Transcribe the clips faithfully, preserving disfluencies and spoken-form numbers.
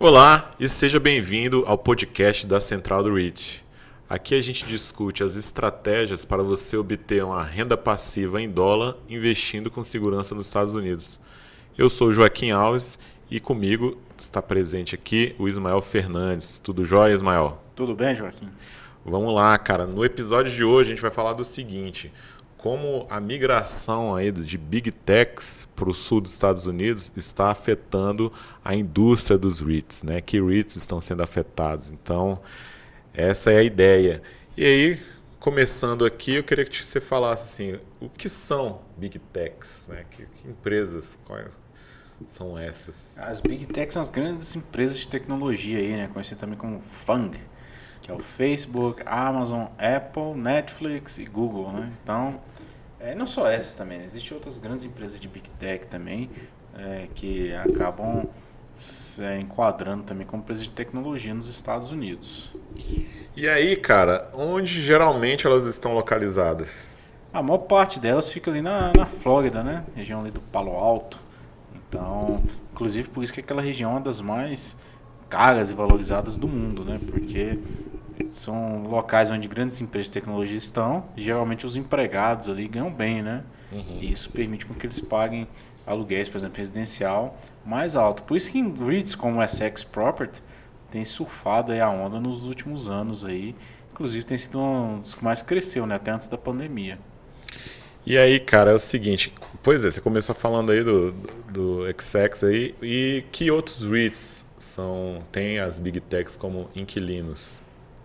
Olá e seja bem-vindo ao podcast da Central do REIT. Aqui a gente discute as estratégias para você obter uma renda passiva em dólar investindo com segurança nos Estados Unidos. Eu sou Joaquim Alves e comigo está presente aqui o Ismael Fernandes. Tudo jóia, Ismael? Tudo bem, Joaquim? Vamos lá, cara. No episódio de hoje a gente vai falar do seguinte: como a migração aí de Big Techs para o sul dos Estados Unidos está afetando a indústria dos REITs, né? Que REITs estão sendo afetados. Então, essa é a ideia. E aí, começando aqui, eu queria que você falasse assim, o que são Big Techs, né? Que, que empresas quais são essas? As Big Techs são as grandes empresas de tecnologia aí, né? Conhecidas também como F A N G, que é o Facebook, Amazon, Apple, Netflix e Google, né? Então, é, não só essas também, né? Existem outras grandes empresas de Big Tech também, é, que acabam se enquadrando também como empresas de tecnologia nos Estados Unidos. E aí, cara, onde geralmente elas estão localizadas? A maior parte delas fica ali na, na Flórida, né? Região ali do Palo Alto. Então, inclusive por isso que aquela região é uma das mais caras e valorizadas do mundo, né? Porque são locais onde grandes empresas de tecnologia estão e geralmente os empregados ali ganham bem, né? Uhum. E isso permite com que eles paguem aluguéis, por exemplo, residencial, mais alto. Por isso que em REITs como o Essex Property tem surfado aí a onda nos últimos anos aí. Inclusive tem sido um dos que mais cresceu, né? Até antes da pandemia. E aí, cara, é o seguinte, pois é, você começou falando aí do, do, do Essex aí, e que outros REITs são, tem as Big Techs como inquilinos?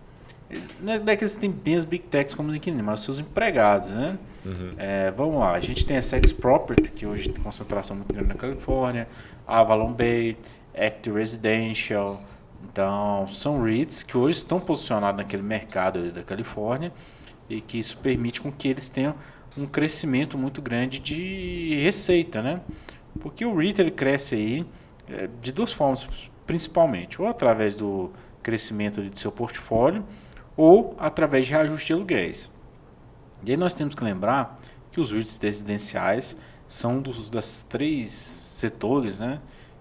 Não é que eles têm bem as Big Techs como os inquilinos, mas os seus empregados, né? Uhum. É, vamos lá, a gente tem a Essex Property, que hoje tem concentração muito grande na Califórnia, Avalon Bay, Act Residential. Então, são REITs que hoje estão posicionados naquele mercado da Califórnia e que isso permite com que eles tenham um crescimento muito grande de receita, né? Porque o REIT ele cresce aí é, de duas formas, principalmente, ou através do crescimento de seu portfólio, ou através de reajuste de aluguéis. E aí nós temos que lembrar que os REITs residenciais são um dos das três setores, né,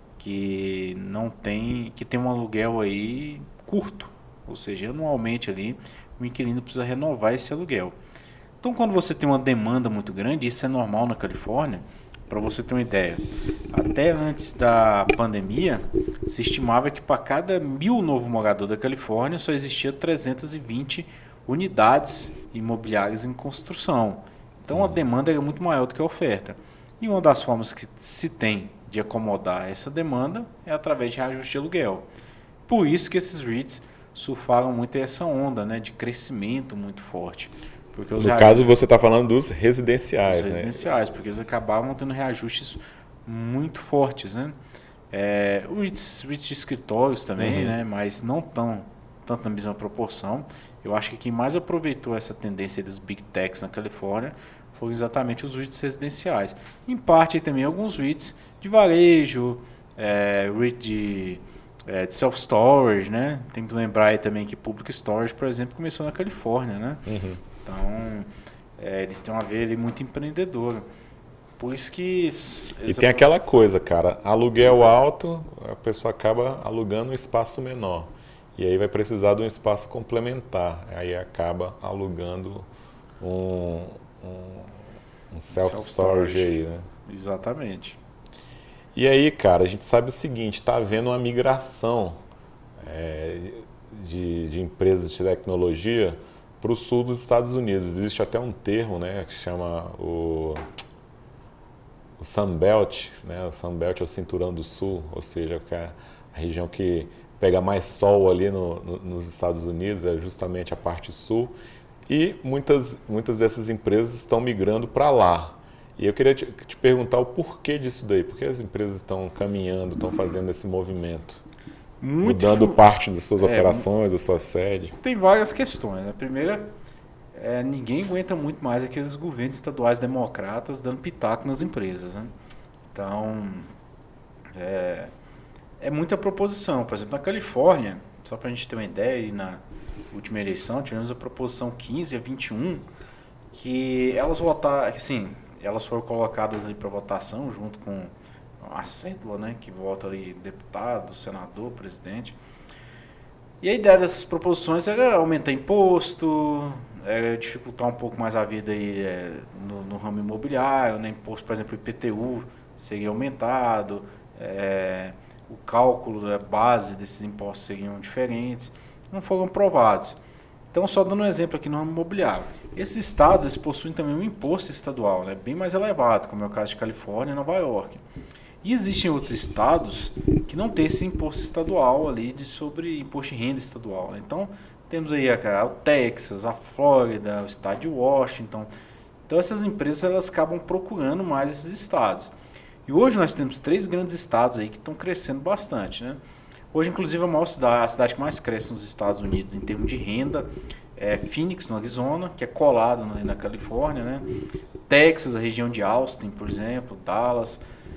que não tem, que tem um aluguel aí curto, ou seja, anualmente ali o inquilino precisa renovar esse aluguel. Então, quando você tem uma demanda muito grande, isso é normal na Califórnia. Para você ter uma ideia, até antes da pandemia, se estimava que para cada mil novo morador da Califórnia só existia trezentas e vinte unidades imobiliárias em construção. Então a demanda era muito maior do que a oferta. E uma das formas que se tem de acomodar essa demanda é através de reajuste de aluguel. Por isso que esses REITs surfaram muito essa onda, né, de crescimento muito forte. Porque os no caso, você está falando dos residenciais, os residenciais, né? Porque eles acabavam tendo reajustes muito fortes, né? É, os REITs de escritórios também, uhum. né? Mas não tão, tanto na mesma proporção. Eu acho que quem mais aproveitou essa tendência das Big Techs na Califórnia foram exatamente os REITs residenciais. Em parte também alguns REITs de varejo, é, REIT de, é, de self-storage, né? Tem que lembrar aí também que Public Storage, por exemplo, começou na Califórnia, né? Uhum. Então, é, eles têm uma veia ali muito empreendedora. Por isso que... E tem aquela coisa, cara, aluguel alto, a pessoa acaba alugando um espaço menor. E aí vai precisar de um espaço complementar. Aí acaba alugando um, um, um self-storage aí, né? Exatamente. E aí, cara, a gente sabe o seguinte, está havendo uma migração é, de, de empresas de tecnologia para o sul dos Estados Unidos. Existe até um termo, né, que chama o, o Sunbelt, né? O Sunbelt é o cinturão do sul, ou seja, que é a região que pega mais sol ali no, no, nos Estados Unidos, é justamente a parte sul, e muitas, muitas dessas empresas estão migrando para lá. E eu queria te, te perguntar o porquê disso daí, por que as empresas estão caminhando, estão fazendo esse movimento? Muito mudando fu- parte das suas é, operações, da sua sede? Tem várias questões. A primeira, é, ninguém aguenta muito mais aqueles governos estaduais democratas dando pitaco nas empresas, né? Então, é, é muita proposição. Por exemplo, na Califórnia, só para a gente ter uma ideia, e na última eleição tivemos a proposição quinze a vinte e um, que elas votaram, assim, elas foram colocadas ali para votação junto com a cédula, né, que vota ali deputado, senador, presidente. E a ideia dessas proposições era aumentar imposto, era dificultar um pouco mais a vida aí, é, no, no ramo imobiliário, né, imposto, por exemplo, o I P T U seria aumentado, é, o cálculo da base desses impostos seriam diferentes, não foram aprovados. Então, só dando um exemplo aqui no ramo imobiliário. Esses estados eles possuem também um imposto estadual, né, bem mais elevado, como é o caso de Califórnia e Nova York. E existem outros estados que não têm esse imposto estadual ali de, sobre imposto de renda estadual, né? Então, temos aí a, o Texas, a Flórida, o estado de Washington. Então, essas empresas elas acabam procurando mais esses estados. E hoje nós temos três grandes estados aí que estão crescendo bastante, né? Hoje, inclusive, a maior cidade, a cidade que mais cresce nos Estados Unidos em termos de renda é Phoenix, no Arizona, que é colado na, na Califórnia, né? Texas, a região de Austin, por exemplo, Dallas.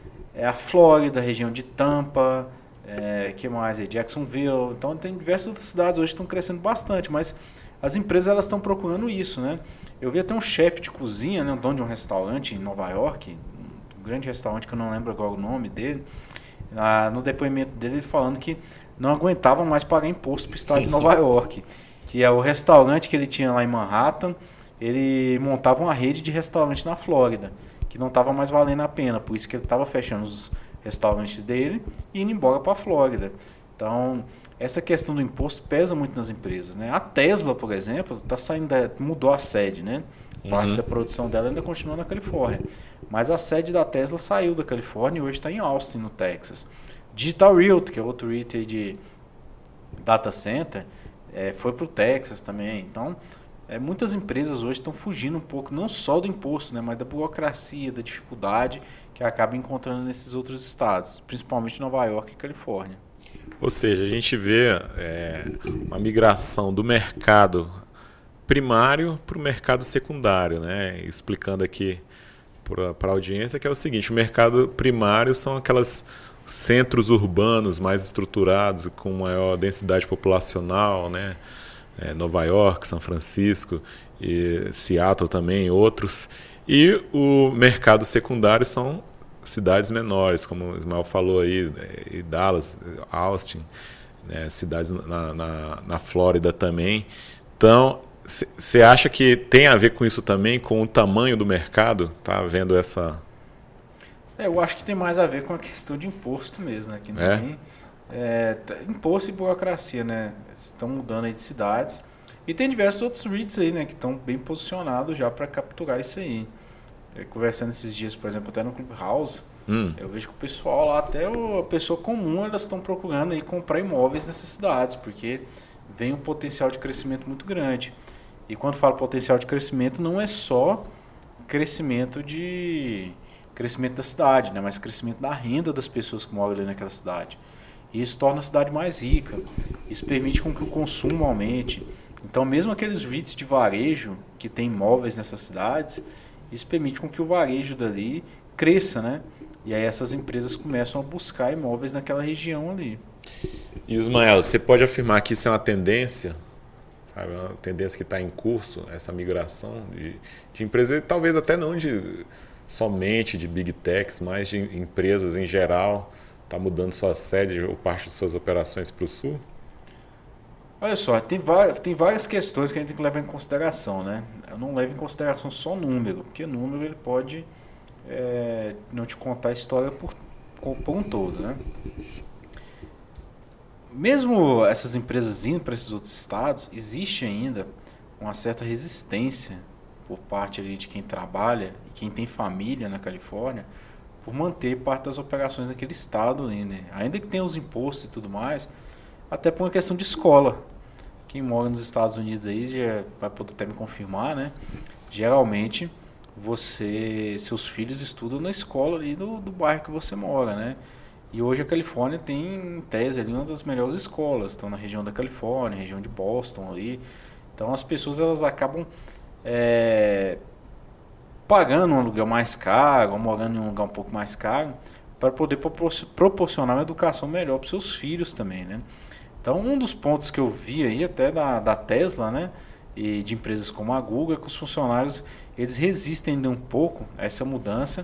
É a Flórida, a região de Tampa, é, que mais? É Jacksonville. Então tem diversas outras cidades hoje que estão crescendo bastante, mas as empresas elas estão procurando isso, né? Eu vi até um chefe de cozinha, né, um dono de um restaurante em Nova York, um grande restaurante que eu não lembro agora o nome dele, na, no depoimento dele ele falando que não aguentava mais pagar imposto para o estado de Nova York, que é o restaurante que ele tinha lá em Manhattan, ele montava uma rede de restaurante na Flórida, que não estava mais valendo a pena, por isso que ele estava fechando os restaurantes dele e indo embora para a Flórida. Então, essa questão do imposto pesa muito nas empresas, né? A Tesla, por exemplo, tá saindo da, mudou a sede, né? Parte uhum. da produção dela ainda continua na Califórnia, mas a sede da Tesla saiu da Califórnia e hoje está em Austin, no Texas. Digital Realty, que é outro retail de data center, é, foi para o Texas também. Então, É, muitas empresas hoje estão fugindo um pouco, não só do imposto, né, mas da burocracia, da dificuldade que acaba encontrando nesses outros estados, principalmente Nova York e Califórnia. Ou seja, a gente vê é, uma migração do mercado primário para o mercado secundário, né? Explicando aqui para a audiência que é o seguinte: o mercado primário são aqueles centros urbanos mais estruturados, com maior densidade populacional, né? É, Nova York, São Francisco, e Seattle também, outros. E o mercado secundário são cidades menores, como o Ismael falou aí, Dallas, Austin, né, cidades na, na, na Flórida também. Então, você acha que tem a ver com isso também, com o tamanho do mercado? Tá vendo essa... É, eu acho que tem mais a ver com a questão de imposto mesmo, né? Que não é? tem... É, imposto e burocracia, né? Estão mudando aí de cidades. E tem diversos outros REITs aí, né? Que estão bem posicionados já para capturar isso aí. Eu, conversando esses dias, por exemplo, até no Clubhouse, hum. eu vejo que o pessoal lá, até a pessoa comum, elas estão procurando aí comprar imóveis nessas cidades, porque vem um potencial de crescimento muito grande. E quando falo potencial de crescimento, não é só crescimento de crescimento da cidade, né? Mas crescimento da renda das pessoas que moram ali naquela cidade. E isso torna a cidade mais rica. Isso permite com que o consumo aumente. Então, mesmo aqueles REITs de varejo que tem imóveis nessas cidades, isso permite com que o varejo dali cresça, né? E aí essas empresas começam a buscar imóveis naquela região ali. Ismael, você pode afirmar que isso é uma tendência, sabe? Uma tendência que está em curso, essa migração de, de empresas, talvez até não de somente de Big Techs, mas de empresas em geral. Está mudando sua sede ou parte de suas operações para o sul? Olha só, tem várias, tem várias questões que a gente tem que levar em consideração, né? Eu não levo em consideração só número, porque número ele pode é, não te contar a história por, por um todo, né? Mesmo essas empresas indo para esses outros estados, existe ainda uma certa resistência por parte ali de quem trabalha e quem tem família na Califórnia, por manter parte das operações naquele estado ali, né? Ainda que tenha os impostos e tudo mais, até por uma questão de escola. Quem mora nos Estados Unidos aí já vai poder até me confirmar, né? Geralmente, você, seus filhos estudam na escola ali do, do bairro que você mora, né? E hoje a Califórnia tem, em tese, ali uma das melhores escolas. Estão na região da Califórnia, região de Boston ali. Então as pessoas elas acabam... É, pagando um aluguel mais caro, ou morando em um lugar um pouco mais caro, para poder proporcionar uma educação melhor para os seus filhos também, né? Então, um dos pontos que eu vi aí até da, da Tesla, né, e de empresas como a Google, é que os funcionários eles resistem ainda um pouco a essa mudança,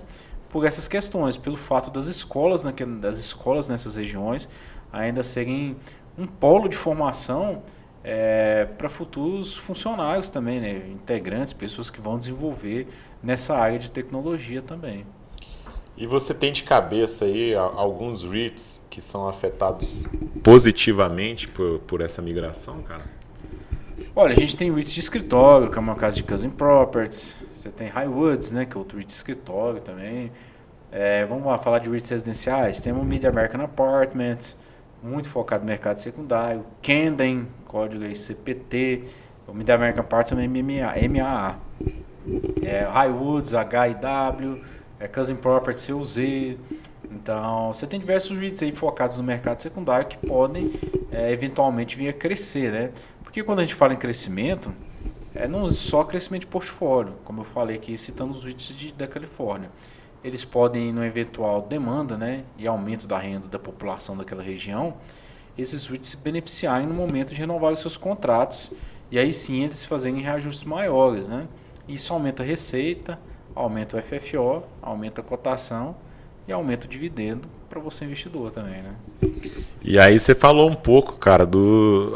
por essas questões, pelo fato das escolas, naquele, das escolas nessas regiões ainda serem um polo de formação é, para futuros funcionários também, né? Integrantes, pessoas que vão desenvolver nessa área de tecnologia também. E você tem de cabeça aí alguns REITs que são afetados positivamente por, por essa migração, cara? Olha, a gente tem REITs de escritório, que é uma casa de Cousin Properties. Você tem Highwoods, né, que é outro REIT de escritório também. É, vamos lá, falar de REITs residenciais. Tem o Mid American Apartments, muito focado no mercado secundário. Camden, código aí C P T. O Mid American Apartments é M A A. É, Highwoods, H I W. É Cousin Properties, C U Z. Então, você tem diversos REITs aí focados no mercado secundário que podem é, eventualmente vir a crescer, né? Porque quando a gente fala em crescimento, é não só crescimento de portfólio, como eu falei aqui, citando os REITs de, da Califórnia. Eles podem, no eventual demanda, né, e aumento da renda da população daquela região, esses REITs se beneficiarem no momento de renovar os seus contratos, e aí sim eles fazerem reajustes maiores, né? Isso aumenta a receita, aumenta o F F O, aumenta a cotação e aumenta o dividendo para você investidor também, né? E aí você falou um pouco, cara, do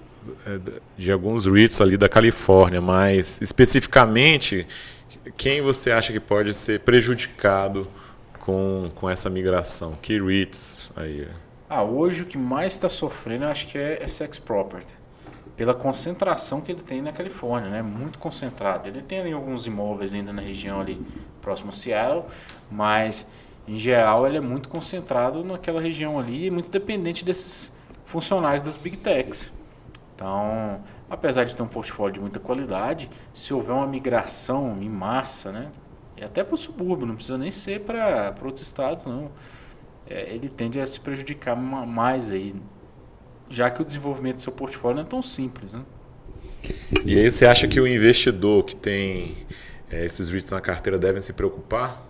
de alguns REITs ali da Califórnia, mas especificamente quem você acha que pode ser prejudicado com, com essa migração? Que REITs aí? Ah, hoje o que mais está sofrendo eu acho que é Essex Property, pela concentração que ele tem na Califórnia, né? Muito concentrado. Ele tem ali alguns imóveis ainda na região ali próximo a Seattle, mas em geral ele é muito concentrado naquela região ali e muito dependente desses funcionários das Big Techs. Então, apesar de ter um portfólio de muita qualidade, se houver uma migração em massa, né? E até para o subúrbio, não precisa nem ser para outros estados, não. É, ele tende a se prejudicar mais aí, já que o desenvolvimento do seu portfólio não é tão simples, né? E aí você acha que o investidor que tem é, esses REITs na carteira devem se preocupar?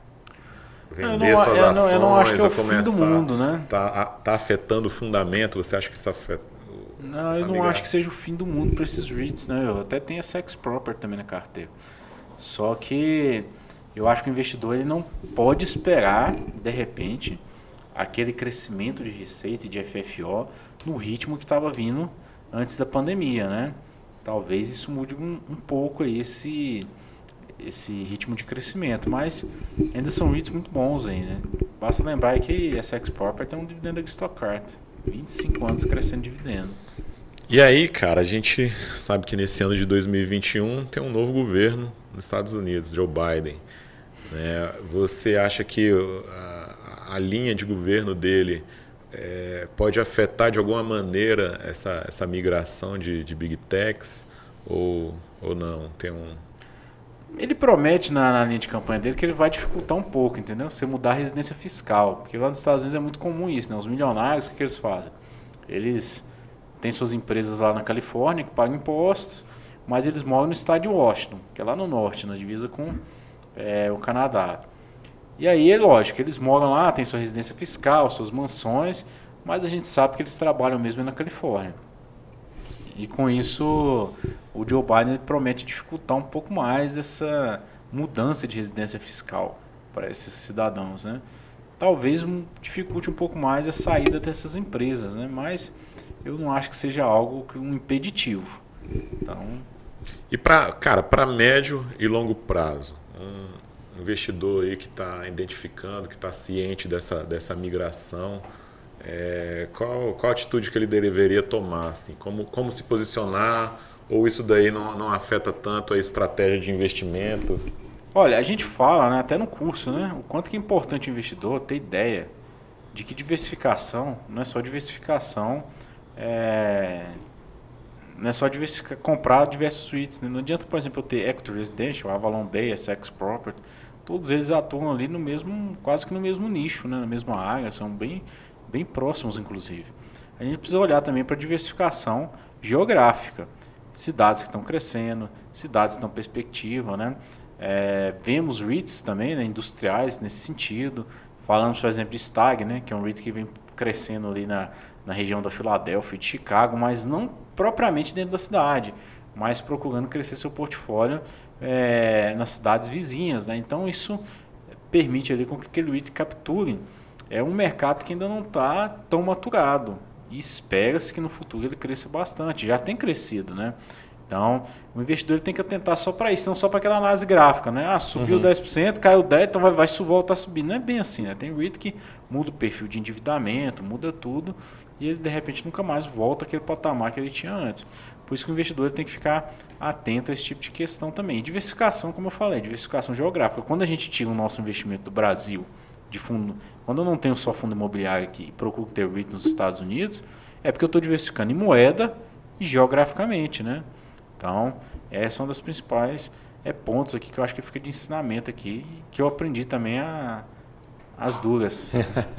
Vender não, suas eu ações, não, eu não acho que é o começar, fim do mundo, né? Tá, tá afetando o fundamento? Você acha que isso afeta? Não, eu não migração? Acho que seja o fim do mundo para esses REITs, né? Eu até tenho a Essex Property também na carteira. Só que eu acho que o investidor ele não pode esperar, de repente, aquele crescimento de receita e de F F O no ritmo que estava vindo antes da pandemia, né? Talvez isso mude um, um pouco aí esse, esse ritmo de crescimento, mas ainda são REITs muito bons aí, né? Basta lembrar que a Essex Property é um dividendo da Stockart, vinte e cinco anos crescendo dividendo. E aí, cara, a gente sabe que nesse ano de dois mil e vinte e um tem um novo governo nos Estados Unidos, Joe Biden. Né? Você acha que a, a linha de governo dele é, pode afetar de alguma maneira essa, essa migração de, de Big Techs ou, ou não? Tem um... Ele promete na, na linha de campanha dele que ele vai dificultar um pouco, entendeu? Você mudar a residência fiscal, porque lá nos Estados Unidos é muito comum isso, né? Os milionários, o que, que eles fazem? Eles têm suas empresas lá na Califórnia que pagam impostos, mas eles moram no estado de Washington, que é lá no norte, na divisa com é, o Canadá. E aí, é lógico, eles moram lá, têm sua residência fiscal, suas mansões, mas a gente sabe que eles trabalham mesmo na Califórnia. E com isso, o Joe Biden promete dificultar um pouco mais essa mudança de residência fiscal para esses cidadãos, né? Talvez dificulte um pouco mais a saída dessas empresas, né? Mas eu não acho que seja algo que um impeditivo. Então, e para, cara, para médio e longo prazo, um investidor aí que está identificando, que está ciente dessa, dessa migração, é, qual, qual atitude que ele deveria tomar? Assim, como, como se posicionar? Ou isso daí não, não afeta tanto a estratégia de investimento? Olha, a gente fala, né, até no curso, né, o quanto que é importante o investidor ter ideia de que diversificação não é só diversificação, é, não é só diversificar, comprar diversos REITs. Né? Não adianta, por exemplo, eu ter Equity Residential, Avalon Bay, Essex Property, todos eles atuam ali no mesmo, quase que no mesmo nicho, né, na mesma área, são bem, bem próximos, inclusive. A gente precisa olhar também para a diversificação geográfica. Cidades que estão crescendo, cidades que estão em perspectiva, né? É, vemos REITs também, né, industriais nesse sentido. Falamos, por exemplo, de Stag, né, que é um REIT que vem crescendo ali na, na região da Filadélfia e de Chicago, mas não propriamente dentro da cidade, mas procurando crescer seu portfólio é, nas cidades vizinhas. Né? Então isso permite ali com que aquele REIT capture é um mercado que ainda não está tão maturado. E espera-se que no futuro ele cresça bastante. Já tem crescido, né? Então, o investidor ele tem que atentar só para isso, não só para aquela análise gráfica, né? Ah, subiu uhum. dez por cento, caiu dez por cento, então vai, vai voltar a subir. Não é bem assim, né? Tem REIT que muda o perfil de endividamento, muda tudo, e ele de repente nunca mais volta àquele patamar que ele tinha antes. Por isso que o investidor ele tem que ficar atento a esse tipo de questão também. E diversificação, como eu falei, diversificação geográfica. Quando a gente tira o nosso investimento do Brasil, de fundo, quando eu não tenho só fundo imobiliário aqui e procuro ter REIT nos Estados Unidos, é porque eu estou diversificando em moeda e geograficamente, né? Então, esses são das principais é, pontos aqui que eu acho que fica de ensinamento aqui, que eu aprendi também a, as duras.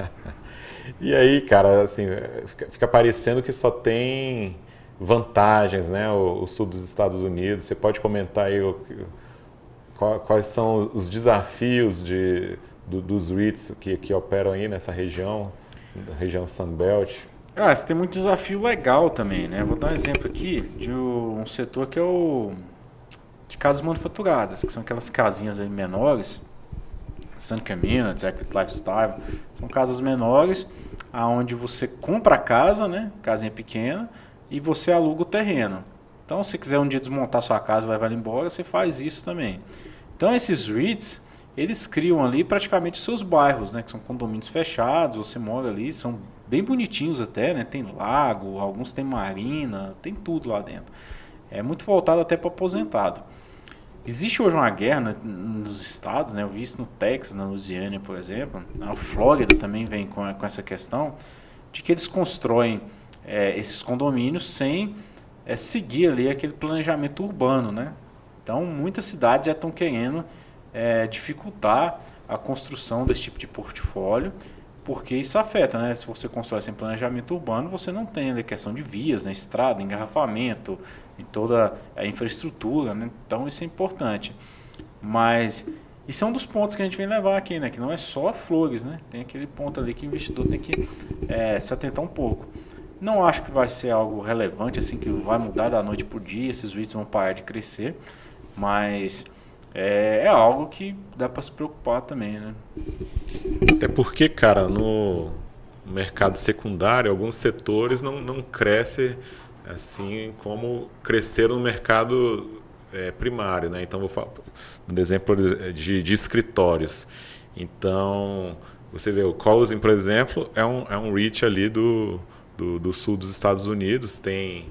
E aí, cara, assim, fica, fica parecendo que só tem vantagens, né, o, o sul dos Estados Unidos. Você pode comentar aí o, qual, quais são os desafios de, do, dos REITs que, que operam aí nessa região, região Sunbelt? Ah, você tem muito desafio legal também, né? Vou dar um exemplo aqui de um setor que é o de casas manufaturadas, que são aquelas casinhas aí menores, Sun Communities, Equity Lifestyle, são casas menores, aonde você compra a casa, né? Casinha pequena, e você aluga o terreno. Então, se quiser um dia desmontar sua casa e levar ela embora, você faz isso também. Então, esses REITs, eles criam ali praticamente os seus bairros, né? Que são condomínios fechados, você mora ali, são bem bonitinhos até, né? Tem lago, alguns tem marina, tem tudo lá dentro. É muito voltado até para aposentado. Existe hoje uma guerra né, nos estados, né? Eu vi isso no Texas, na Louisiana, por exemplo. A Flórida também vem com, com essa questão de que eles constroem é, esses condomínios sem é, seguir ali aquele planejamento urbano, né? Então, muitas cidades já estão querendo é, dificultar a construção desse tipo de portfólio, porque isso afeta, né? Se você constrói sem planejamento urbano, você não tem a questão de vias, né? Estrada, engarrafamento, e toda a infraestrutura, né? Então isso é importante. Mas isso é um dos pontos que a gente vem levar aqui, né? Que não é só flores, né? Tem aquele ponto ali que o investidor tem que é, se atentar um pouco. Não acho que vai ser algo relevante, assim, que vai mudar da noite para o dia, esses REITs vão parar de crescer, mas é, é algo que dá para se preocupar também, né? Até porque, cara, no mercado secundário, alguns setores não, não crescem assim como cresceram no mercado é, primário, né? Então, vou falar um exemplo de, de escritórios. Então, você vê o Cousins, por exemplo, é um, é um REIT ali do, do, do sul dos Estados Unidos, tem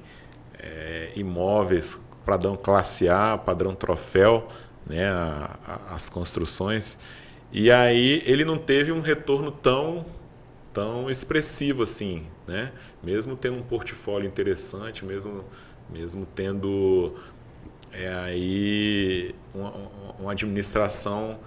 é, imóveis padrão classe A, padrão troféu, né? A, a, as construções. E aí ele não teve um retorno tão, tão expressivo assim, né? Mesmo tendo um portfólio interessante, mesmo, mesmo tendo é, aí uma, uma administração,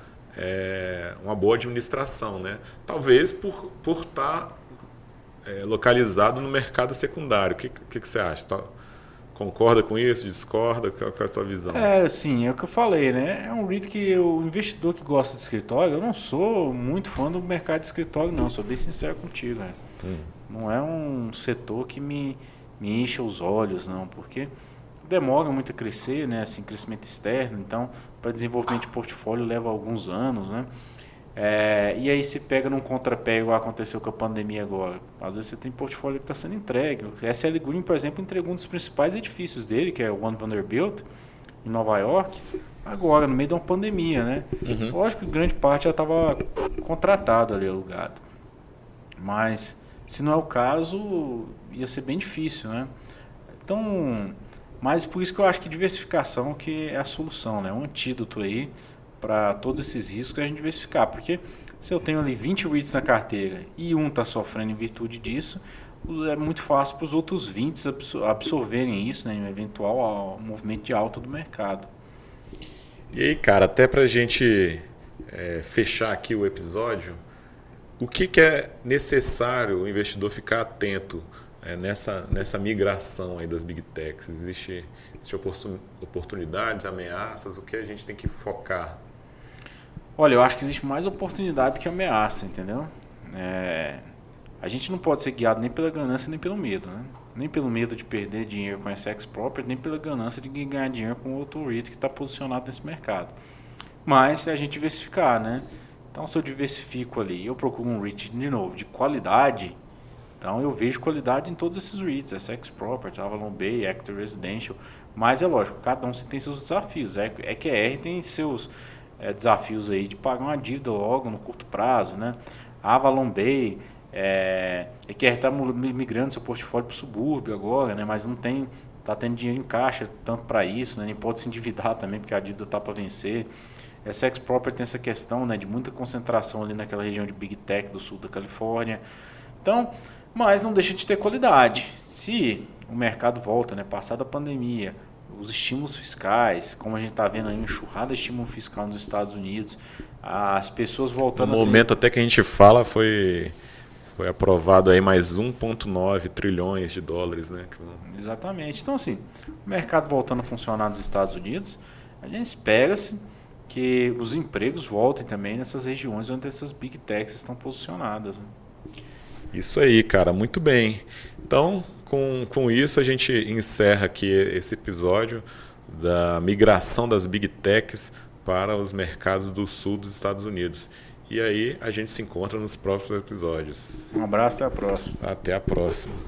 é, uma boa administração, né? Talvez por, por estar é, localizado no mercado secundário. O que, que, que você acha? Tá? Concorda com isso? Discorda? Qual é a sua visão? É, sim, é o que eu falei, né? É um REIT que o investidor que gosta de escritório, eu não sou muito fã do mercado de escritório, não, sou bem sincero contigo. Né? Hum. Não é um setor que me, me encha os olhos, não, porque demora muito a crescer, né? Assim, crescimento externo, então, para desenvolvimento de portfólio leva alguns anos, né? É, e aí se pega num contrapé igual aconteceu com a pandemia agora. Às vezes você tem portfólio que está sendo entregue. O S L Green, por exemplo, entregou um dos principais edifícios dele, que é o One Vanderbilt, em Nova York, agora, no meio de uma pandemia, né? Uhum. Lógico que grande parte já estava contratado ali, alugado. Mas, se não é o caso, ia ser bem difícil, né? Então, mas por isso que eu acho que diversificação que é a solução, né? Um antídoto aí para todos esses riscos é a gente diversificar, porque se eu tenho ali vinte REITs na carteira e um está sofrendo em virtude disso, é muito fácil para os outros vinte absorverem isso, né, em um eventual movimento de alta do mercado. E aí, cara, até para a gente é, fechar aqui o episódio, o que, que é necessário o investidor ficar atento é, nessa, nessa migração aí das Big Techs? Existe, existe oportunidades, ameaças? O que a gente tem que focar? Olha, eu acho que existe mais oportunidade que ameaça, entendeu? É, a gente não pode ser guiado nem pela ganância nem pelo medo, né? Nem pelo medo de perder dinheiro com esse ex-property, nem pela ganância de ganhar dinheiro com outro REIT que está posicionado nesse mercado. Mas se a gente diversificar, né? Então, se eu diversifico ali, eu procuro um REIT, de novo, de qualidade, então eu vejo qualidade em todos esses REITs, S X Property, Avalon Bay, Active Residential, mas é lógico, cada um tem seus desafios. A E Q R tem seus é, desafios aí de pagar uma dívida logo no curto prazo, né? A Avalon Bay, é, a E Q R está migrando seu portfólio para o subúrbio agora, né? Mas não tem, está tendo dinheiro em caixa tanto para isso, né? Nem pode se endividar também, porque a dívida está para vencer. S X Property tem essa questão, né, de muita concentração ali naquela região de Big Tech do sul da Califórnia. Então, mas não deixa de ter qualidade. Se o mercado volta, né, passada a pandemia, os estímulos fiscais, como a gente está vendo aí, uma enxurrada de estímulo fiscal nos Estados Unidos, as pessoas voltando... No momento ter... até que a gente fala, foi, foi aprovado aí mais um vírgula nove trilhões de dólares, né? Exatamente. Então, assim, o mercado voltando a funcionar nos Estados Unidos, a gente espera-se que os empregos voltem também nessas regiões onde essas Big Techs estão posicionadas. Né? Isso aí, cara, muito bem. Então, com, com isso, a gente encerra aqui esse episódio da migração das Big Techs para os mercados do sul dos Estados Unidos. E aí, a gente se encontra nos próximos episódios. Um abraço, até a próxima. Até a próxima.